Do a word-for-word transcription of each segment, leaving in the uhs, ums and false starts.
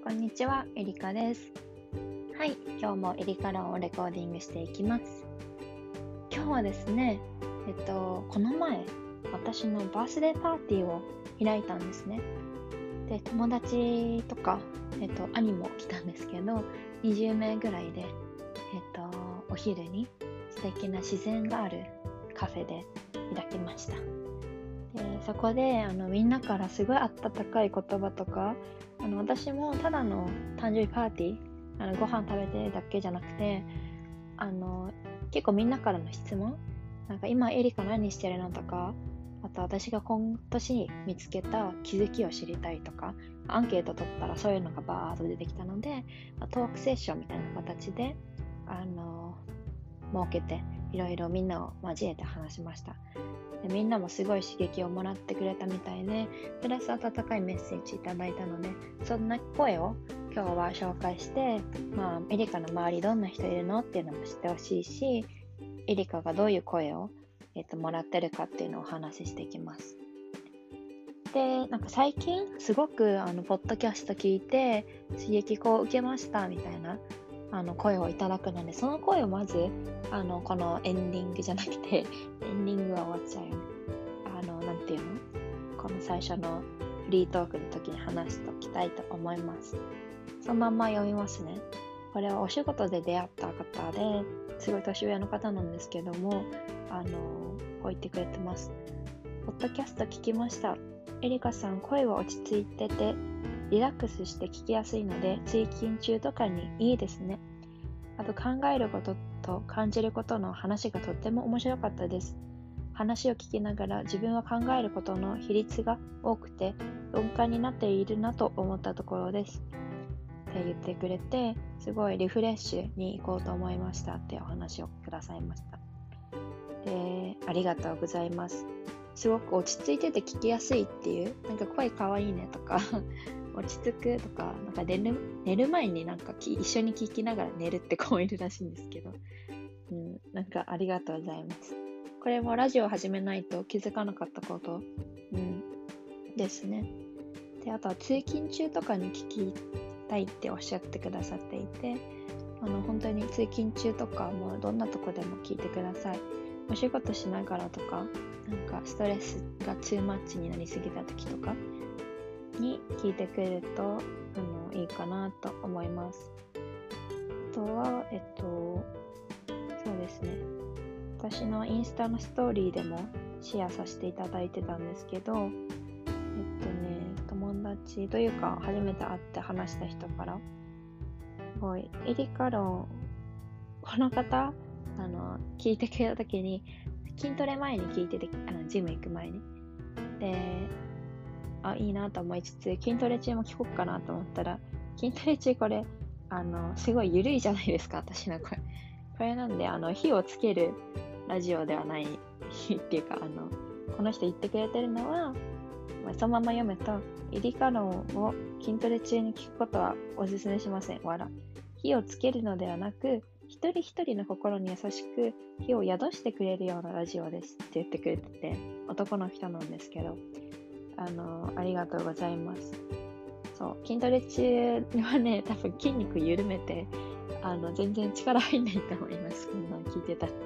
こんにちは、エリカです。はい、今日もエリカ論をレコーディングしていきます。今日はですね、えっと、この前、私のバースデーパーティーを開いたんですね。で、友達とか、えっと、兄も来たんですけど、にじゅうめいぐらいで、えっと、お昼に素敵な自然があるカフェで開きました。でそこであのみんなからすごい温かい言葉とか、あの私もただの誕生日パーティー、あのご飯食べてるだけじゃなくて、あの結構みんなからの質問、なんか今エリカ何してるのとか、あと私が今年見つけた気づきを知りたいとか、アンケート取ったらそういうのがバーッと出てきたので、トークセッションみたいな形であの設けて、いろいろみんなを交えて話しました。でみんなもすごい刺激をもらってくれたみたいで、プラス温かいメッセージいただいたので、そんな声を今日は紹介して、まあ、エリカの周りどんな人いるのっていうのも知ってほしいし、エリカがどういう声を、えっと、もらってるかっていうのをお話ししていきます。で、なんか最近すごくあのポッドキャスト聞いて刺激を受けましたみたいなあの声をいただくので、その声をまずあのこのエンディングじゃなくてエンディングは終わっちゃうよね。あのなんていうの、この最初のフリートークの時に話しておきたいと思います。そのまんま読みますね。これはお仕事で出会った方ですごい年上の方なんですけども、あのこう言ってくれてます。ポッドキャスト聞きました。エリカさん、声は落ち着いててリラックスして聞きやすいので、通勤中とかにいいですね。あと考えることと感じることの話がとっても面白かったです。話を聞きながら自分は考えることの比率が多くて鈍感になっているなと思ったところです。って言ってくれて、すごいリフレッシュに行こうと思いましたってお話をくださいました。で、ありがとうございます。すごく落ち着いてて聞きやすいっていう、なんか声かわいいねとか落ち着くとか、なんか寝る寝る前になんか一緒に聞きながら寝るって子もいるらしいんですけど、うん、なんかありがとうございます。これもラジオを始めないと気づかなかったこと、うん、ですね。で、あとは通勤中とかに聞きたいっておっしゃってくださっていて、あの本当に通勤中とかもどんなとこでも聞いてください。お仕事しながらとか、なんかストレスがツーマッチになりすぎた時とかに聞いてくれるとあのいいかなと思います。あとは、えっと、そうですね。私のインスタのストーリーでもシェアさせていただいてたんですけど、えっとね、友達というか初めて会って話した人から、すごい、エリカ論、この方、あの、聞いてくれた時に、筋トレ前に聞いてて、あのジム行く前に。で、あ、いいなと思いつつ、筋トレ中も聞こうかなと思ったら、筋トレ中これ、あの、すごい緩いじゃないですか、私の声。これなんで、あの、火をつけるラジオではないっていうか、あの、この人言ってくれてるのは、まあ、そのまま読むと、イリカ論を筋トレ中に聞くことはお勧めしません。わら。火をつけるのではなく、一人一人の心に優しく火を宿してくれるようなラジオですって言ってくれてて、男の人なんですけど、あの、ありがとうございます。そう、筋トレ中はね、多分筋肉緩めて、あの、全然力入んないと思います。こんなの聞いてたら。はい。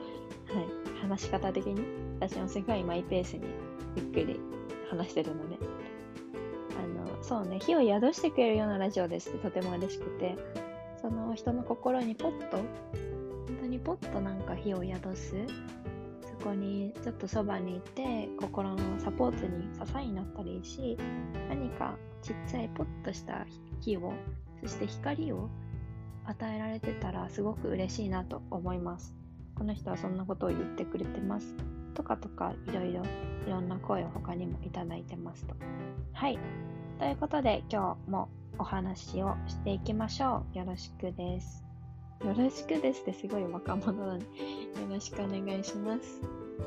話し方的に、私もすごいマイペースにゆっくり話してるので。あの、そうね、火を宿してくれるようなラジオですってとても嬉しくて、その人の心にポッと、本当にポッとなんか火を宿す、そこにちょっとそばにいて、心のサポートに支えになったらいいし、何かちっちゃいポッとした火を、そして光を与えられてたらすごく嬉しいなと思います。この人はそんなことを言ってくれてます。とかとか、いろいろ、いろんな声を他にもいただいてますと。はい。ということで、今日もお話をしていきましょう。よろしくです。よろしくですってすごい若者なので、よろしくお願いします。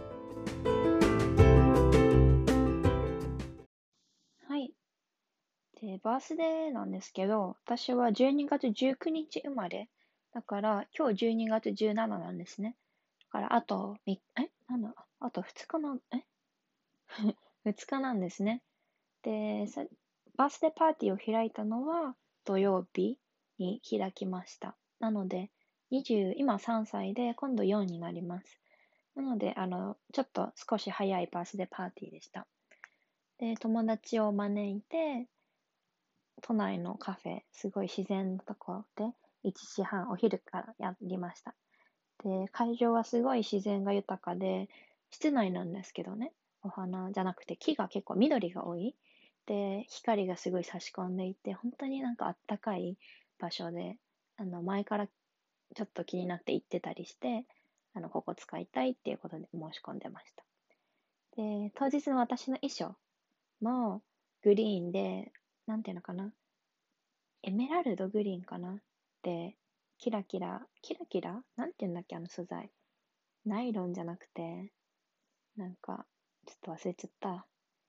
はい。で、バースデーなんですけど、私はじゅうにがつじゅうくにち生まれ。だから、今日じゅうにがつじゅうしちなんですね。だから、あとみ、えなんだあとふつかな、えふつかなんですね。で、さバースデーパーティーを開いたのは、 土曜日に開きました。なので、にじゅう、今さんさいで、今度よんになります。なので、あの、ちょっと少し早いバースデーパーティーでした。で、友達を招いて、都内のカフェ、すごい自然のところで、いちじはん、お昼からやりました。で、会場はすごい自然が豊かで、室内なんですけどね、お花じゃなくて木が結構緑が多い。で、光がすごい差し込んでいて、本当になんかあったかい場所で、あの、前からちょっと気になって行ってたりして、あの、ここ使いたいっていうことで申し込んでました。で、当日の私の衣装もグリーンで、なんていうのかな、エメラルドグリーンかなで、キラキラ、キラキラなんていうんだっけ、あの素材。ナイロンじゃなくて、なんか、ちょっと忘れちゃった。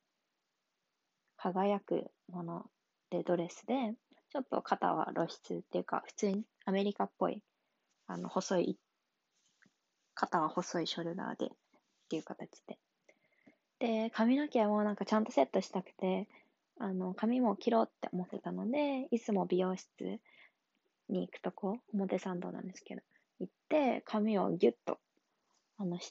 輝くものでドレスで、ちょっと肩は露出っていうか、普通にアメリカっぽい、あの、細い、肩は細いショルダーでっていう形で。で、髪の毛はもうなんかちゃんとセットしたくて、あの、髪も切ろうって思ってたので、いつも美容室に行くとこ、表参道なんですけど、行って、髪をギュッと、あの、して、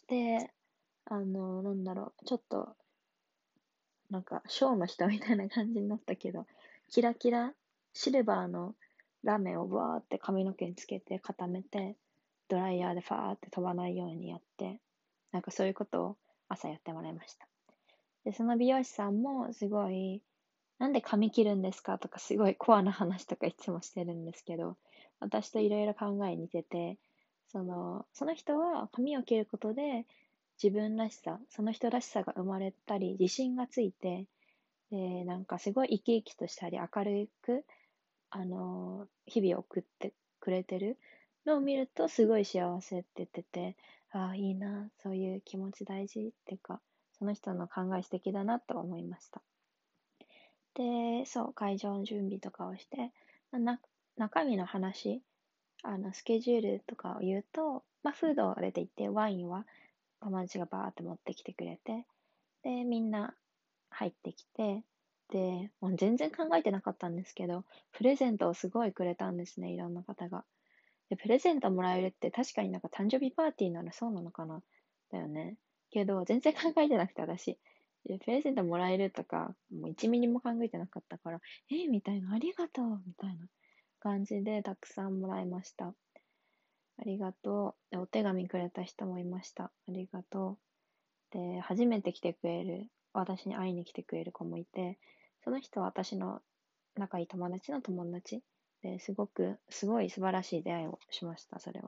あの、なんだろう、ちょっと、なんか、ショーの人みたいな感じになったけど、キラキラ、シルバーのラメをブワーって髪の毛につけて固めて、ドライヤーでファーって飛ばないようにやって、なんかそういうことを朝やってもらいました。で、その美容師さんもすごい、なんで髪切るんですかとかすごいコアな話とかいつもしてるんですけど、私といろいろ考え似てて、その、その人は髪を切ることで自分らしさ、その人らしさが生まれたり、自信がついて、で、なんかすごい生き生きとしたり明るく、あの、日々を送ってくれてるのを見るとすごい幸せって言ってて、ああ、いいな、そういう気持ち大事っていうか、その人の考え素敵だなと思いました。で、そう、会場の準備とかをして、な、中身の話、あの、スケジュールとかを言うと、まあ、フードが出ていて、ワインは友達がバーって持ってきてくれて、で、みんな入ってきて、で、もう全然考えてなかったんですけど、プレゼントをすごいくれたんですね、いろんな方が。で、プレゼントもらえるって確かになんか誕生日パーティーならそうなのかなだよね。けど、全然考えてなくて私。で、プレゼントもらえるとか、もういちミリも考えてなかったから、えみたいな、ありがとうみたいな感じでたくさんもらいました。ありがとう。で、お手紙くれた人もいました。ありがとう。で、初めて来てくれる、私に会いに来てくれる子もいて、その人は私の仲いい友達の友達ですごく、すごい素晴らしい出会いをしました、それは。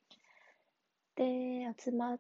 で、集まって、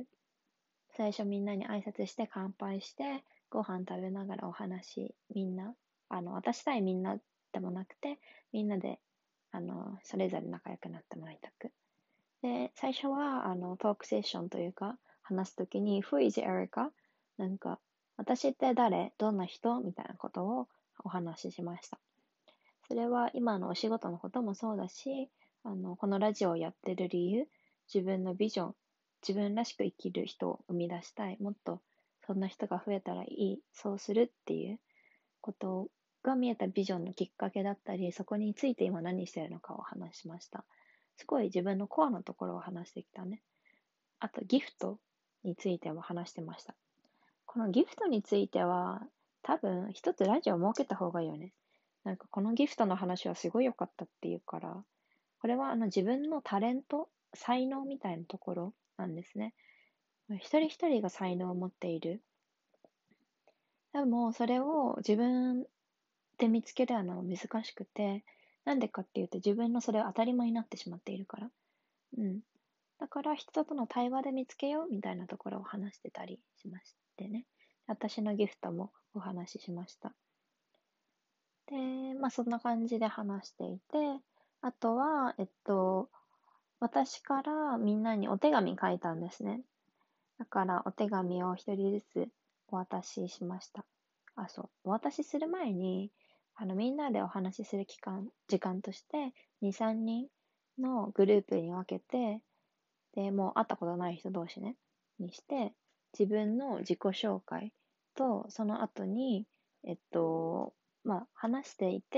最初みんなに挨拶して乾杯して、ご飯食べながらお話、みんな、あの、私対みんなでもなくて、みんなで、あの、それぞれ仲良くなってもらいたく。で、最初は、あの、トークセッションというか、話すときに、Who is Erica? なんか、私って誰どんな人みたいなことをお話ししました。それは今のお仕事のこともそうだし、あの、このラジオをやってる理由、自分のビジョン、自分らしく生きる人を生み出したい、もっとそんな人が増えたらいい、そうするっていうことが見えたビジョンのきっかけだったり、そこについて今何してるのかを話しました。すごい自分のコアのところを話してきたね。あとギフトについても話してました。このギフトについては、多分一つラジオ設けた方がいいよね。なんかこのギフトの話はすごい良かったっていうから、これはあの自分のタレント、才能みたいなところなんですね。一人一人が才能を持っている。でもそれを自分で見つけるのは難しくて、なんでかっていうと自分のそれは当たり前になってしまっているから。うん。だから人との対話で見つけようみたいなところを話してたりしましてね。私のギフトもお話ししました。で、まあそんな感じで話していて、あとは、えっと、私からみんなにお手紙書いたんですね。だからお手紙を一人ずつお渡ししました。あ、そう。お渡しする前に、あの、みんなでお話しする期間、時間として、に、さんにんのグループに分けて、で、もう会ったことない人同士ね、にして、自分の自己紹介と、その後に、えっと、まあ、話していて、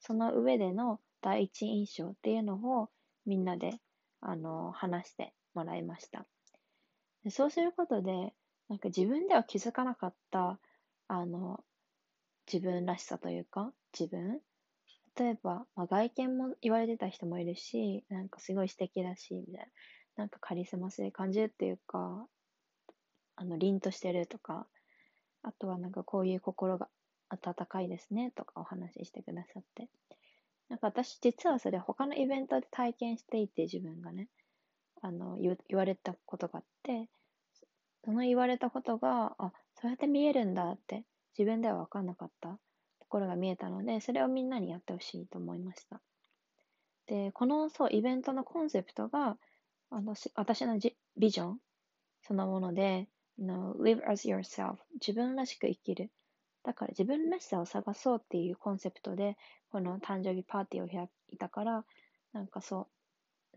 その上での第一印象っていうのをみんなで、あの、話してもらいました。でそうすることで、なんか自分では気づかなかった、あの、自分らしさというか、自分例えば、まあ、外見も言われてた人もいるし、なんかすごい素敵だし、みたいな。なんかカリスマ性感じるっていうか、あの、凛としてるとか、あとはなんかこういう心が温かいですねとかお話ししてくださって。なんか私実はそれ他のイベントで体験していて自分がね、あの、言言われたことがあって、その言われたことが、あ、そうやって見えるんだって自分では分かんなかったところが見えたので、それをみんなにやってほしいと思いました。で、このそうイベントのコンセプトが、あのし私のじビジョンそのもので、no, live as yourself 自分らしく生きる。だから自分らしさを探そうっていうコンセプトで、この誕生日パーティーを開いたから、なんかそう、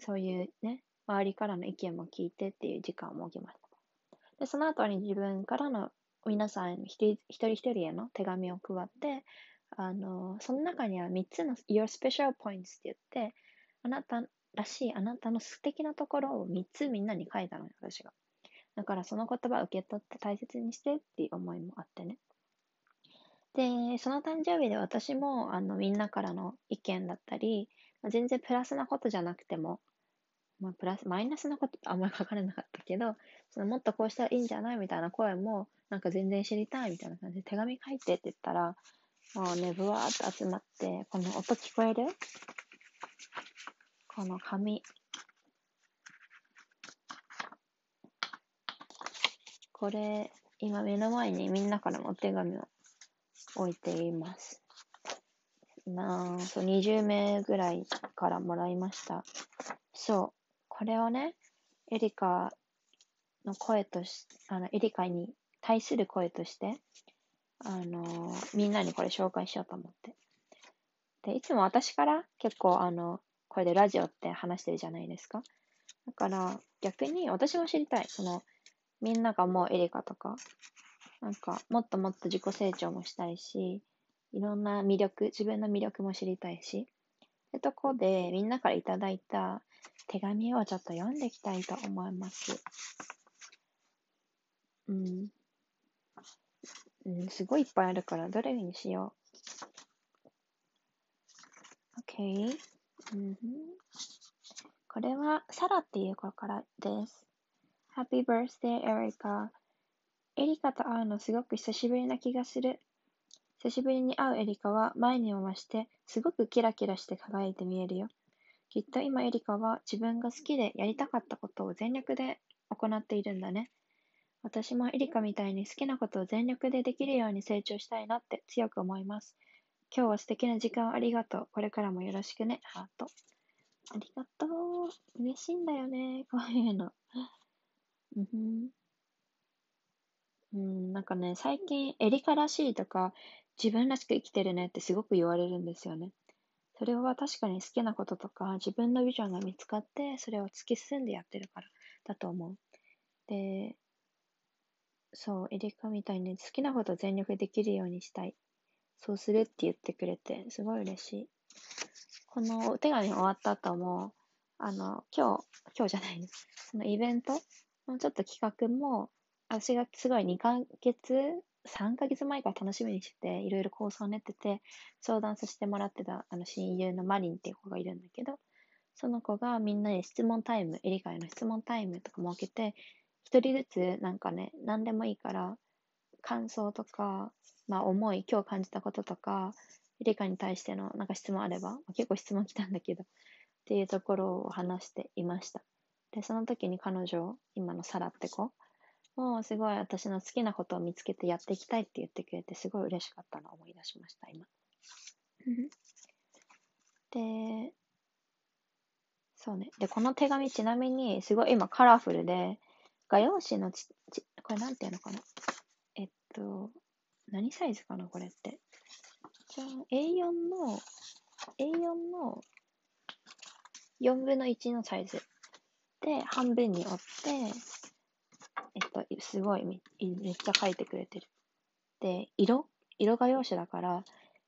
そういうね、周りからの意見も聞いてっていう時間を設けました。で、その後に自分からの皆さん一人一人一人への手紙を配って、あの、その中にはみっつの Your Special Points って言って、あなたらしい、あなたの素敵なところをみっつみんなに書いたのよ、私が。だからその言葉を受け取って大切にしてっていう思いもあってね。で、その誕生日で私も、あの、みんなからの意見だったり、まあ全然プラスなことじゃなくても、まあ、プラス、マイナスなことってあんまり書かれなかったけど、そのもっとこうしたらいいんじゃないみたいな声も、なんか全然知りたいみたいな感じで手紙書いてって言ったら、もうね、ぶわーっと集まって、この音聞こえるこの紙。これ、今目の前にみんなからもお手紙を置いています。なあ、そう、にじゅうめいぐらいからもらいました。そう、これをね、エリカの声とし、あの、エリカに対する声として、あの、みんなにこれ紹介しようと思って。で、いつも私から結構、あの、これでラジオって話してるじゃないですか。だから、逆に私も知りたい。その、みんながもうエリカとか、なんか、もっともっと自己成長もしたいし、いろんな魅力、自分の魅力も知りたいし、ってとこで、みんなからいただいた手紙をちょっと読んでいきたいと思います。うん。うん、すごいいっぱいあるから、どれにしよう。OK。うん、これは、サラっていう子からです。Happy birthday, Erica。エリカと会うのすごく久しぶりな気がする。久しぶりに会うエリカは前にも増してすごくキラキラして輝いて見えるよ。きっと今エリカは自分が好きでやりたかったことを全力で行っているんだね。私もエリカみたいに好きなことを全力でできるように成長したいなって強く思います。今日は素敵な時間をありがとう。これからもよろしくね。ハート。ありがとう。嬉しいんだよね。こういうの。うんふん。うん、なんかね、最近エリカらしいとか、自分らしく生きてるねってすごく言われるんですよね。それは確かに好きなこととか、自分のビジョンが見つかって、それを突き進んでやってるからだと思う。で、そう、エリカみたいに好きなことを全力でできるようにしたい。そうするって言ってくれて、すごい嬉しい。このお手紙終わった後も、あの、今日、今日じゃないです。そのイベントのちょっと企画も、私がすごいにかげつ、さんかげつまえから楽しみにしてて、いろいろ構想を練ってて、相談させてもらってたあの親友のマリンっていう子がいるんだけど、その子がみんなで質問タイム、エリカへの質問タイムとか設けて、一人ずつなんかね、何でもいいから、感想とか、まあ思い、今日感じたこととか、エリカに対してのなんか質問あれば、結構質問来たんだけど、っていうところを話していました。で、その時に彼女、今のサラって子もうすごい私の好きなことを見つけてやっていきたいって言ってくれて、すごい嬉しかったのを思い出しました、今。で、そうね。で、この手紙ちなみに、すごい今カラフルで、画用紙のち、ち、これなんていうのかな。えっと、何サイズかな、これって。じゃあ、エーよん の、エーよん のよんぶんのいちのサイズで、半分に折って、えっと、すごいめめっちゃ書いてくれてる。で、色色画用紙だから、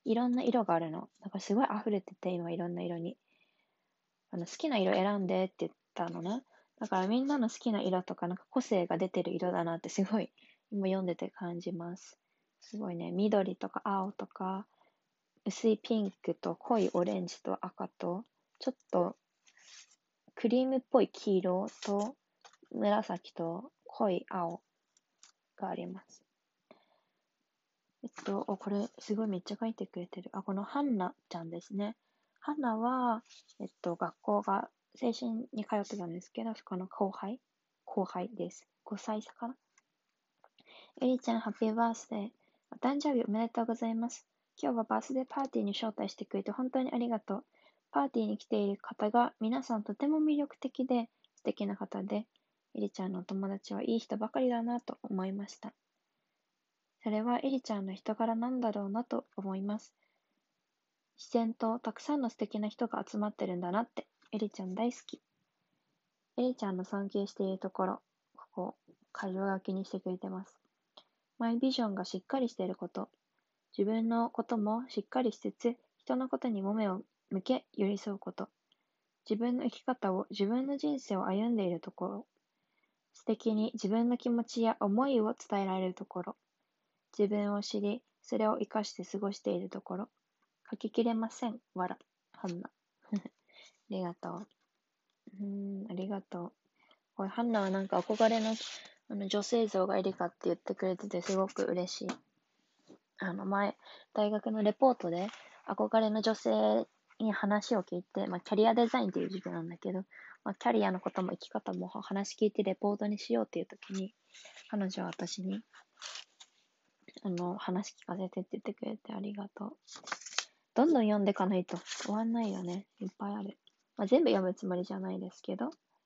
いろんな色があるの。なんかすごい溢れてて、今いろんな色に。あの好きな色選んでって言ったのね。だからみんなの好きな色とか、なんか個性が出てる色だなってすごい今読んでて感じます。すごいね、緑とか青とか、薄いピンクと濃いオレンジと赤と、ちょっとクリームっぽい黄色と紫と濃い青があります。えっと、お、これすごいめっちゃ書いてくれてる。あ、このハンナちゃんですね。ハンナは、えっと、学校が青春に通ってたんですけど、そこの後輩後輩です。ごさい差かな。エリちゃん、ハッピーバースデー。お誕生日おめでとうございます。今日はバースデーパーティーに招待してくれて本当にありがとう。パーティーに来ている方が皆さんとても魅力的で素敵な方で、エリちゃんのお友達はいい人ばかりだなと思いました。それはエリちゃんの人柄なんだろうなと思います。自然とたくさんの素敵な人が集まってるんだなって、エリちゃん大好き。エリちゃんの尊敬しているところ、ここ、箇条書きにしてくれてます。マイビジョンがしっかりしていること、自分のこともしっかりしつつ、人のことにも目を向け寄り添うこと、自分の生き方を、自分の人生を歩んでいるところ、素敵に自分の気持ちや思いを伝えられるところ、自分を知り、それを生かして過ごしているところ。書ききれません。わら。ハンナ。ありがとう。うーん、ありがとう。これ、ハンナはなんか憧れのあの女性像がエリカって言ってくれててすごく嬉しい。あの前、大学のレポートで憧れの女性に話を聞いて、まあ、キャリアデザインっていう授業なんだけど、まあ、キャリアのことも生き方も話聞いてレポートにしようっていう時に、彼女は私に、あの、話聞かせてって言ってくれてありがとう。どんどん読んでいかないと終わんないよね。いっぱいある。まあ、全部読むつもりじゃないですけど、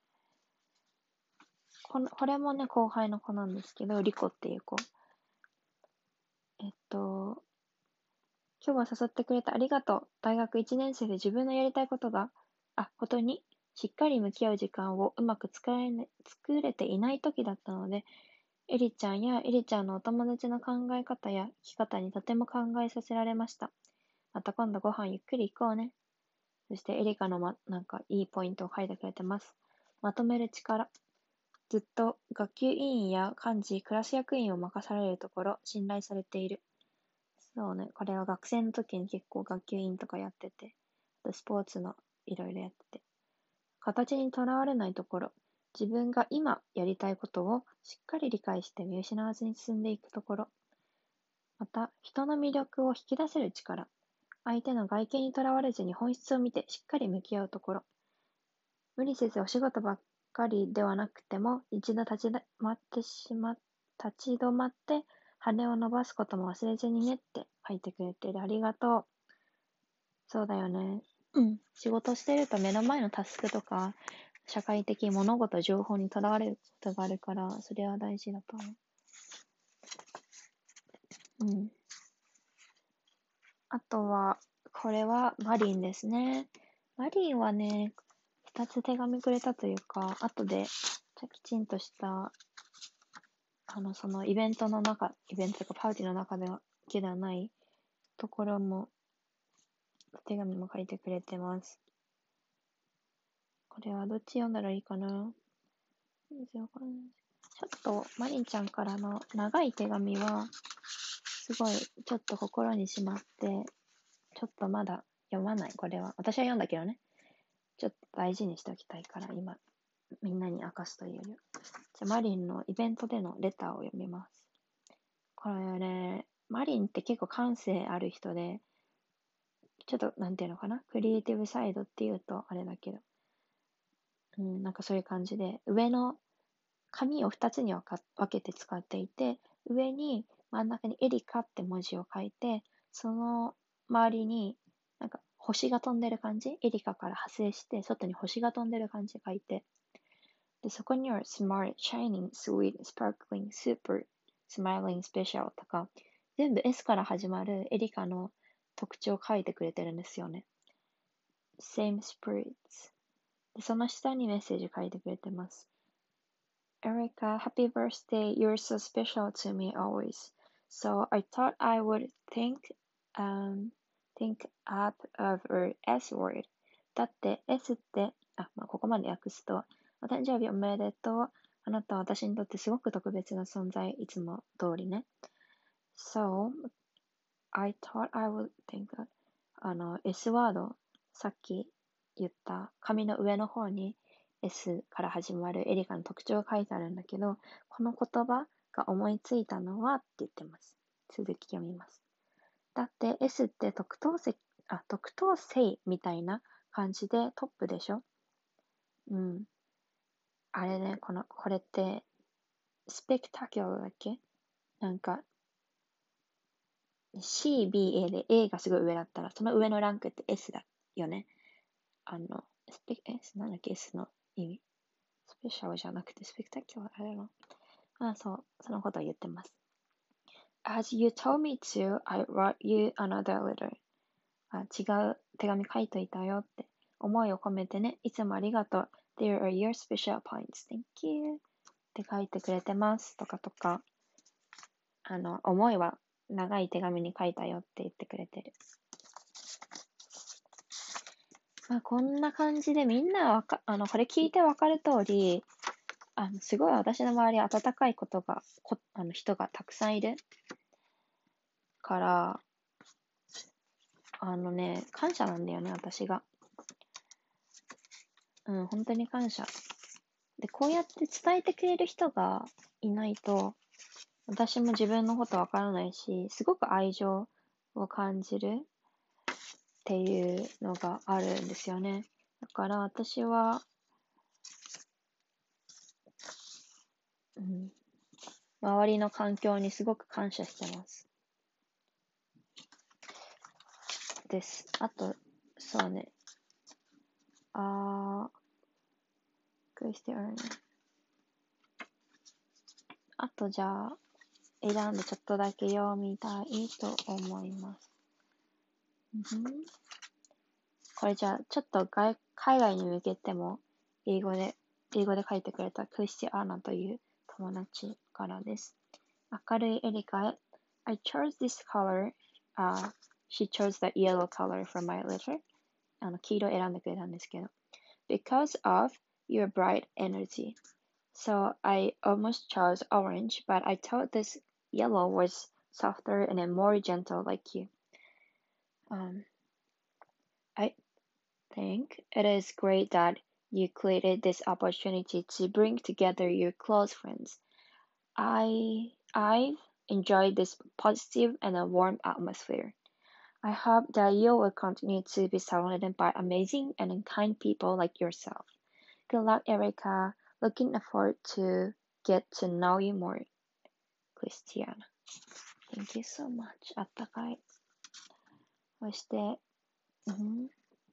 このこれもね、後輩の子なんですけど、リコっていう子。えっと、今日は誘ってくれてありがとう。大学いちねん生で自分のやりたいことが、あ、ことに、しっかり向き合う時間をうまく使えね、作れていない時だったので、エリちゃんやエリちゃんのお友達の考え方や生き方にとても考えさせられました。また今度ご飯ゆっくり行こうね。そしてエリカのま、なんかいいポイントを書いてくれてます。まとめる力。ずっと学級委員や幹事、クラス役員を任されるところ、信頼されている。そうね、これは学生の時に結構学級委員とかやってて、あとスポーツのいろいろやってて。形にとらわれないところ、自分が今やりたいことをしっかり理解して見失わずに進んでいくところ。また、人の魅力を引き出せる力。相手の外見にとらわれずに本質を見てしっかり向き合うところ。無理せずお仕事ばっかりではなくても、一度立ち止まってしま、立ち止まって羽を伸ばすことも忘れずにねって書いてくれてる。ありがとう。そうだよね。うん。仕事してると目の前のタスクとか、社会的物事、情報にとらわれることがあるから、それは大事だと思う。うん。あとは、これはマリンですね。マリンはね、二つ手紙くれたというか、後できちんとした、あの、そのイベントの中、イベントとかパーティーの中では、けではないところも、手紙も書いてくれてます。これはどっち読んだらいいかな。ちょっと、マリンちゃんからの長い手紙は、すごい、ちょっと心にしまって、ちょっとまだ読まない、これは。私は読んだけどね。ちょっと大事にしておきたいから、今、みんなに明かすというよりは。じゃあ、マリンのイベントでのレターを読みます。これね、マリンって結構感性ある人で、ちょっと、なんていうのかな、クリエイティブサイドっていうとあれだけど、うん、なんかそういう感じで、上の紙をふたつに分か分けて使っていて、上に真ん中にエリカって文字を書いて、その周りになんか星が飛んでる感じ、エリカから派生して外に星が飛んでる感じで書いて、で、そこには smart, shining, sweet, sparkling, super, smiling, special とか、全部 S から始まるエリカの特徴を書いてくれてるんですよね。same spirits。で、その下にメッセージ書いてくれてます。Erica, happy birthday. You're so special to me always. So I thought I would think um think up of a S word. だって S って、あ、まあ、ここまで訳すと、お誕生日おめでとう。あなたは私にとってすごく特別な存在、いつも通りね。So, I thought I would think of あの、S ワード、さっき言った紙の上の方に S から始まるエリカの特徴が書いてあるんだけど、この言葉が思いついたのはって言ってます。続き読みます。だって S って特等席、あ、特等生みたいな感じでトップでしょ。うん。あれね、この、これって、スペクタキュラーだっけなんか、C、B、A で A がすごい上だったら、その上のランクって S だよね。あの、スペ、S、なんだっけ S の意味。スペシャルじゃなくてスペクタキュラー、あれの。あ、そう、そのことを言ってます。As you told me to, I wrote you another letter. あ、違う手紙書いといたよって。思いを込めてね。いつもありがとう。There are your special points. Thank you. って書いてくれてますとかとか。あの、思いは長い手紙に書いたよって言ってくれてる。まあ、こんな感じでみんなわか、あの、これ聞いてわかる通り、あの、すごい私の周り温かいことが、こあの人がたくさんいるから、あのね、感謝なんだよね、私が。うん、本当に感謝。で、こうやって伝えてくれる人がいないと、私も自分のことわからないし、すごく愛情を感じるっていうのがあるんですよね。だから私は、うん、周りの環境にすごく感謝してます。です。あと、そうね。あー、クリスティアン。あとじゃあ、選んでちょっとだけ読みたいと思います。うん、これじゃあ、ちょっと外海外に向けても、英語で、英語で書いてくれたクリスティアーナという友達からです。明るいエリカへ。I chose this color. Uh, she chose the yellow color from my letter. あの、黄色選んでくれたんですけど。Because of your bright energy. So I almost chose orange, but I thought this yellow was softer and more gentle like you. Um, I think it is great that you created this opportunity to bring together your close friends. I I've enjoyed this positive and a warm atmosphere. I hope that you will continue to be surrounded by amazing and kind people like yourself. Good luck, Erica. Looking forward to get to know you more. Christiana. Thank you so much. あったかい。そして、うん、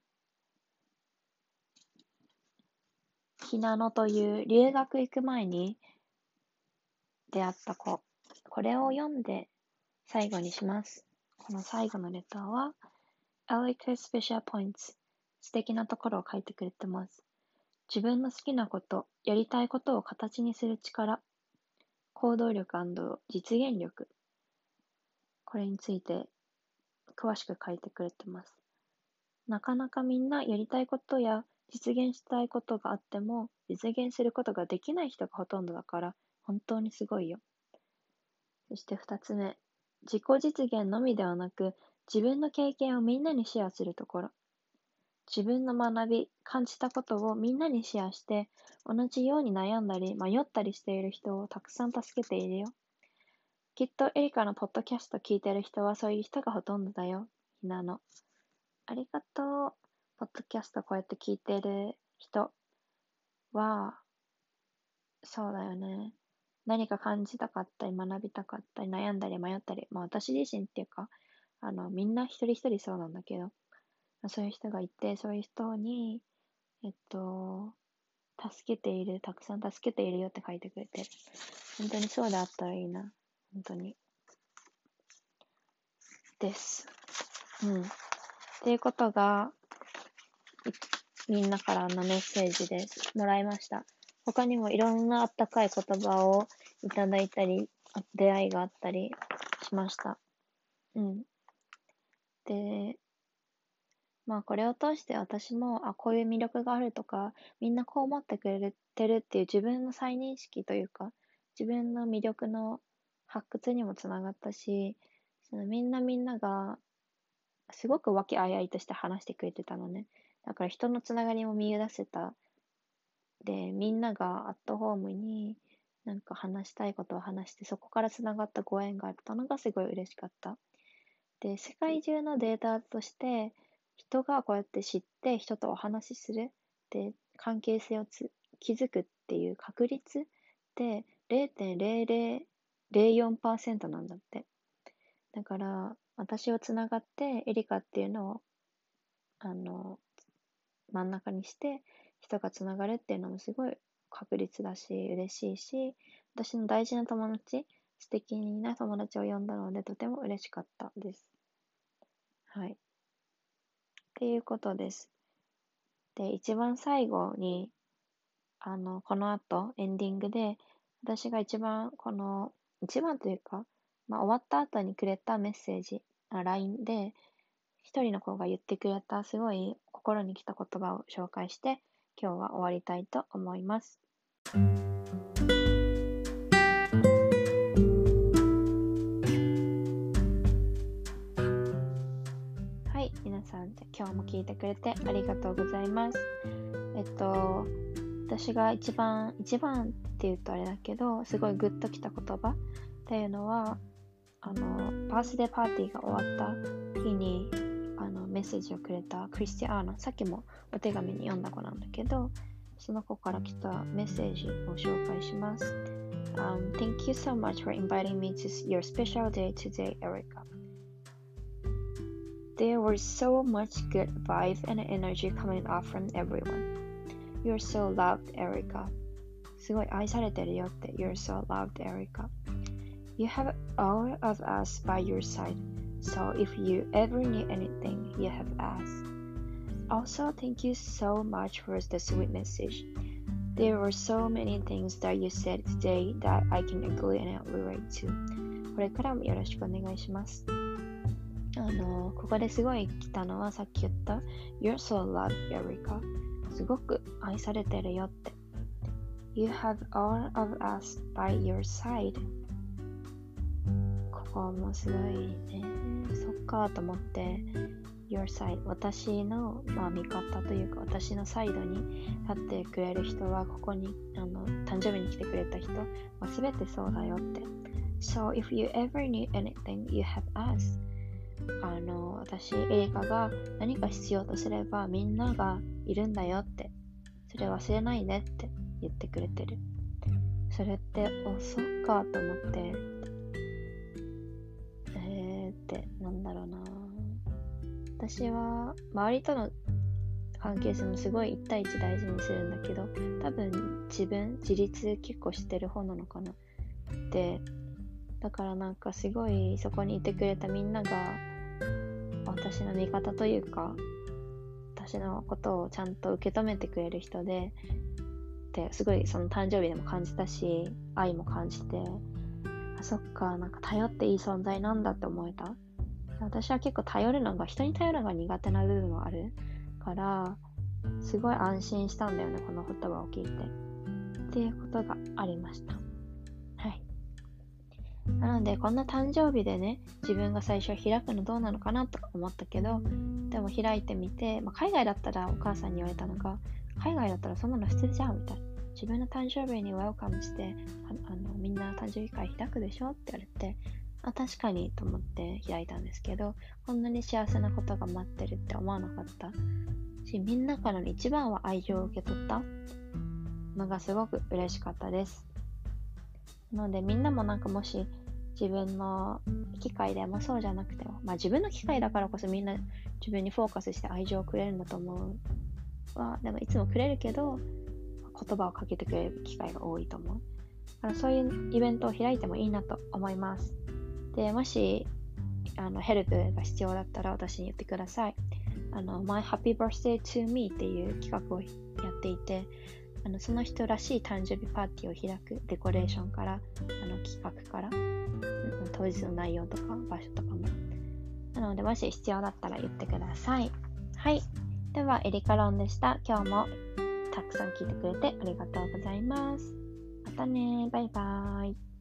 ひなのという留学行く前に出会った子。これを読んで最後にします。この最後のレターは、Erica's Special Points。素敵なところを書いてくれてます。自分の好きなこと、やりたいことを形にする力、行動力&実現力。これについて詳しく書いてくれてます。なかなかみんなやりたいことや実現したいことがあっても実現することができない人がほとんどだから本当にすごいよ。そして二つ目、自己実現のみではなく自分の経験をみんなにシェアするところ。自分の学び、感じたことをみんなにシェアして同じように悩んだり迷ったりしている人をたくさん助けているよ。きっとエリカのポッドキャスト聞いてる人はそういう人がほとんどだよ。ひなの。ありがとう。ポッドキャストこうやって聞いてる人は、そうだよね。何か感じたかったり、学びたかったり、悩んだり、迷ったり、まあ私自身っていうか、あの、みんな一人一人そうなんだけど、そういう人がいて、そういう人に、えっと、助けている、たくさん助けているよって書いてくれてる。本当にそうであったらいいな。本当に。です。うん。っていうことが、みんなからのメッセージです。もらいました。他にもいろんなあったかい言葉をいただいたり、出会いがあったりしました。うん。で、 まあこれを通して私も、あ、こういう魅力があるとか、みんなこう思ってくれてるっていう自分の再認識というか、自分の魅力の発掘にもつながったし、そのみんなみんながすごく和気あいあいとして話してくれてたのね。だから人のつながりも見出せた。で、みんながアットホームになんか話したいことを話して、そこからつながったご縁があったのがすごい嬉しかった。で、世界中のデータとして、人がこうやって知って人とお話しする。で、関係性をつ築くっていう確率ってれいてんれいれいれいよんパーセントなんだって。だから、私をつながって、エリカっていうのを、あの、真ん中にして、人がつながるっていうのもすごい確率だし、嬉しいし、私の大事な友達、素敵な友達を呼んだので、とても嬉しかったです。はい。っていうことです。で、一番最後に、あの、この後、エンディングで、私が一番、この、一番というか、まあ、終わった後にくれたメッセージ、あ ライン で、一人の子が言ってくれたすごい心に来た言葉を紹介して、今日は終わりたいと思います。はい、皆さん、じゃ今日も聞いてくれてありがとうございます。えっと、私が一番、一番って言うとあれだけど、すごいグッときた言葉っていうのは、あの、バースデーパーティーが終わった日に、あの、メッセージをくれたクリスティアーナ、さっきもお手紙に読んだ子なんだけど、その子から来たメッセージを紹介します。Um, thank you so much for inviting me to your special day today, Erica. There was so much good vibe and energy coming off from everyone. You're so loved, Erica. すごい愛されてるよって。You're so loved, Erica. You have all of us by your side, so if you ever need anything, you have us. Also, thank you so much for the sweet message. There were so many things that you said today that I can agree and relate to. これからもよろしくお願いします。あの、ここですごい来たのはさっき言った You're so loved, Erica. すごく愛されてるよって。You have all of us by your side. ここもすごいね。そっかと思って、Your side 私の、まあ、味方というか私のサイドに立ってくれる人はここにあの誕生日に来てくれた人は全てそうだよって。So if you ever need anything, you have us. あの私エリカが何か必要とすればみんながいるんだよって。それ忘れないでって言ってくれてる。それっておそっかと思ってえーってなんだろうな。私は周りとの関係性もすごい一対一大事にするんだけど、多分自分自立結構してる方なのかな。で、だからなんかすごいそこにいてくれたみんなが私の味方というか、私のことをちゃんと受け止めてくれる人で、ですごいその誕生日でも感じたし、愛も感じて、あ、そっか、なんか頼っていい存在なんだって思えた。私は結構頼るのが、人に頼るのが苦手な部分はあるから、すごい安心したんだよね、この言葉を聞いて。っていうことがありました。はい。なので、こんな誕生日でね、自分が最初開くのどうなのかなと思ったけど、でも開いてみて、まあ、海外だったらお母さんに言われたのが、海外だったらそんなの普通じゃんみたいな。自分の誕生日にウェルカムして、あのみんな誕生日会開くでしょって言われて、あ、確かにと思って開いたんですけど、こんなに幸せなことが待ってるって思わなかったし、みんなからの一番は愛情を受け取ったのがすごく嬉しかったです。なのでみんなもなんかもし自分の機会でもそうじゃなくても、まあ自分の機会だからこそみんな自分にフォーカスして愛情をくれるんだと思うは、でもいつもくれるけど言葉をかけてくれる機会が多いと思う。だからそういうイベントを開いてもいいなと思います。で、もしあのヘルプが必要だったら私に言ってください。あの My Happy Birthday to Me っていう企画をやっていて、あのその人らしい誕生日パーティーを開く、デコレーションから、あの企画から、当日の内容とか場所とかも。なのでもし必要だったら言ってください。 はい。では、エリカロンでした。今日もたくさん聞いてくれてありがとうございます。またね。バイバーイ。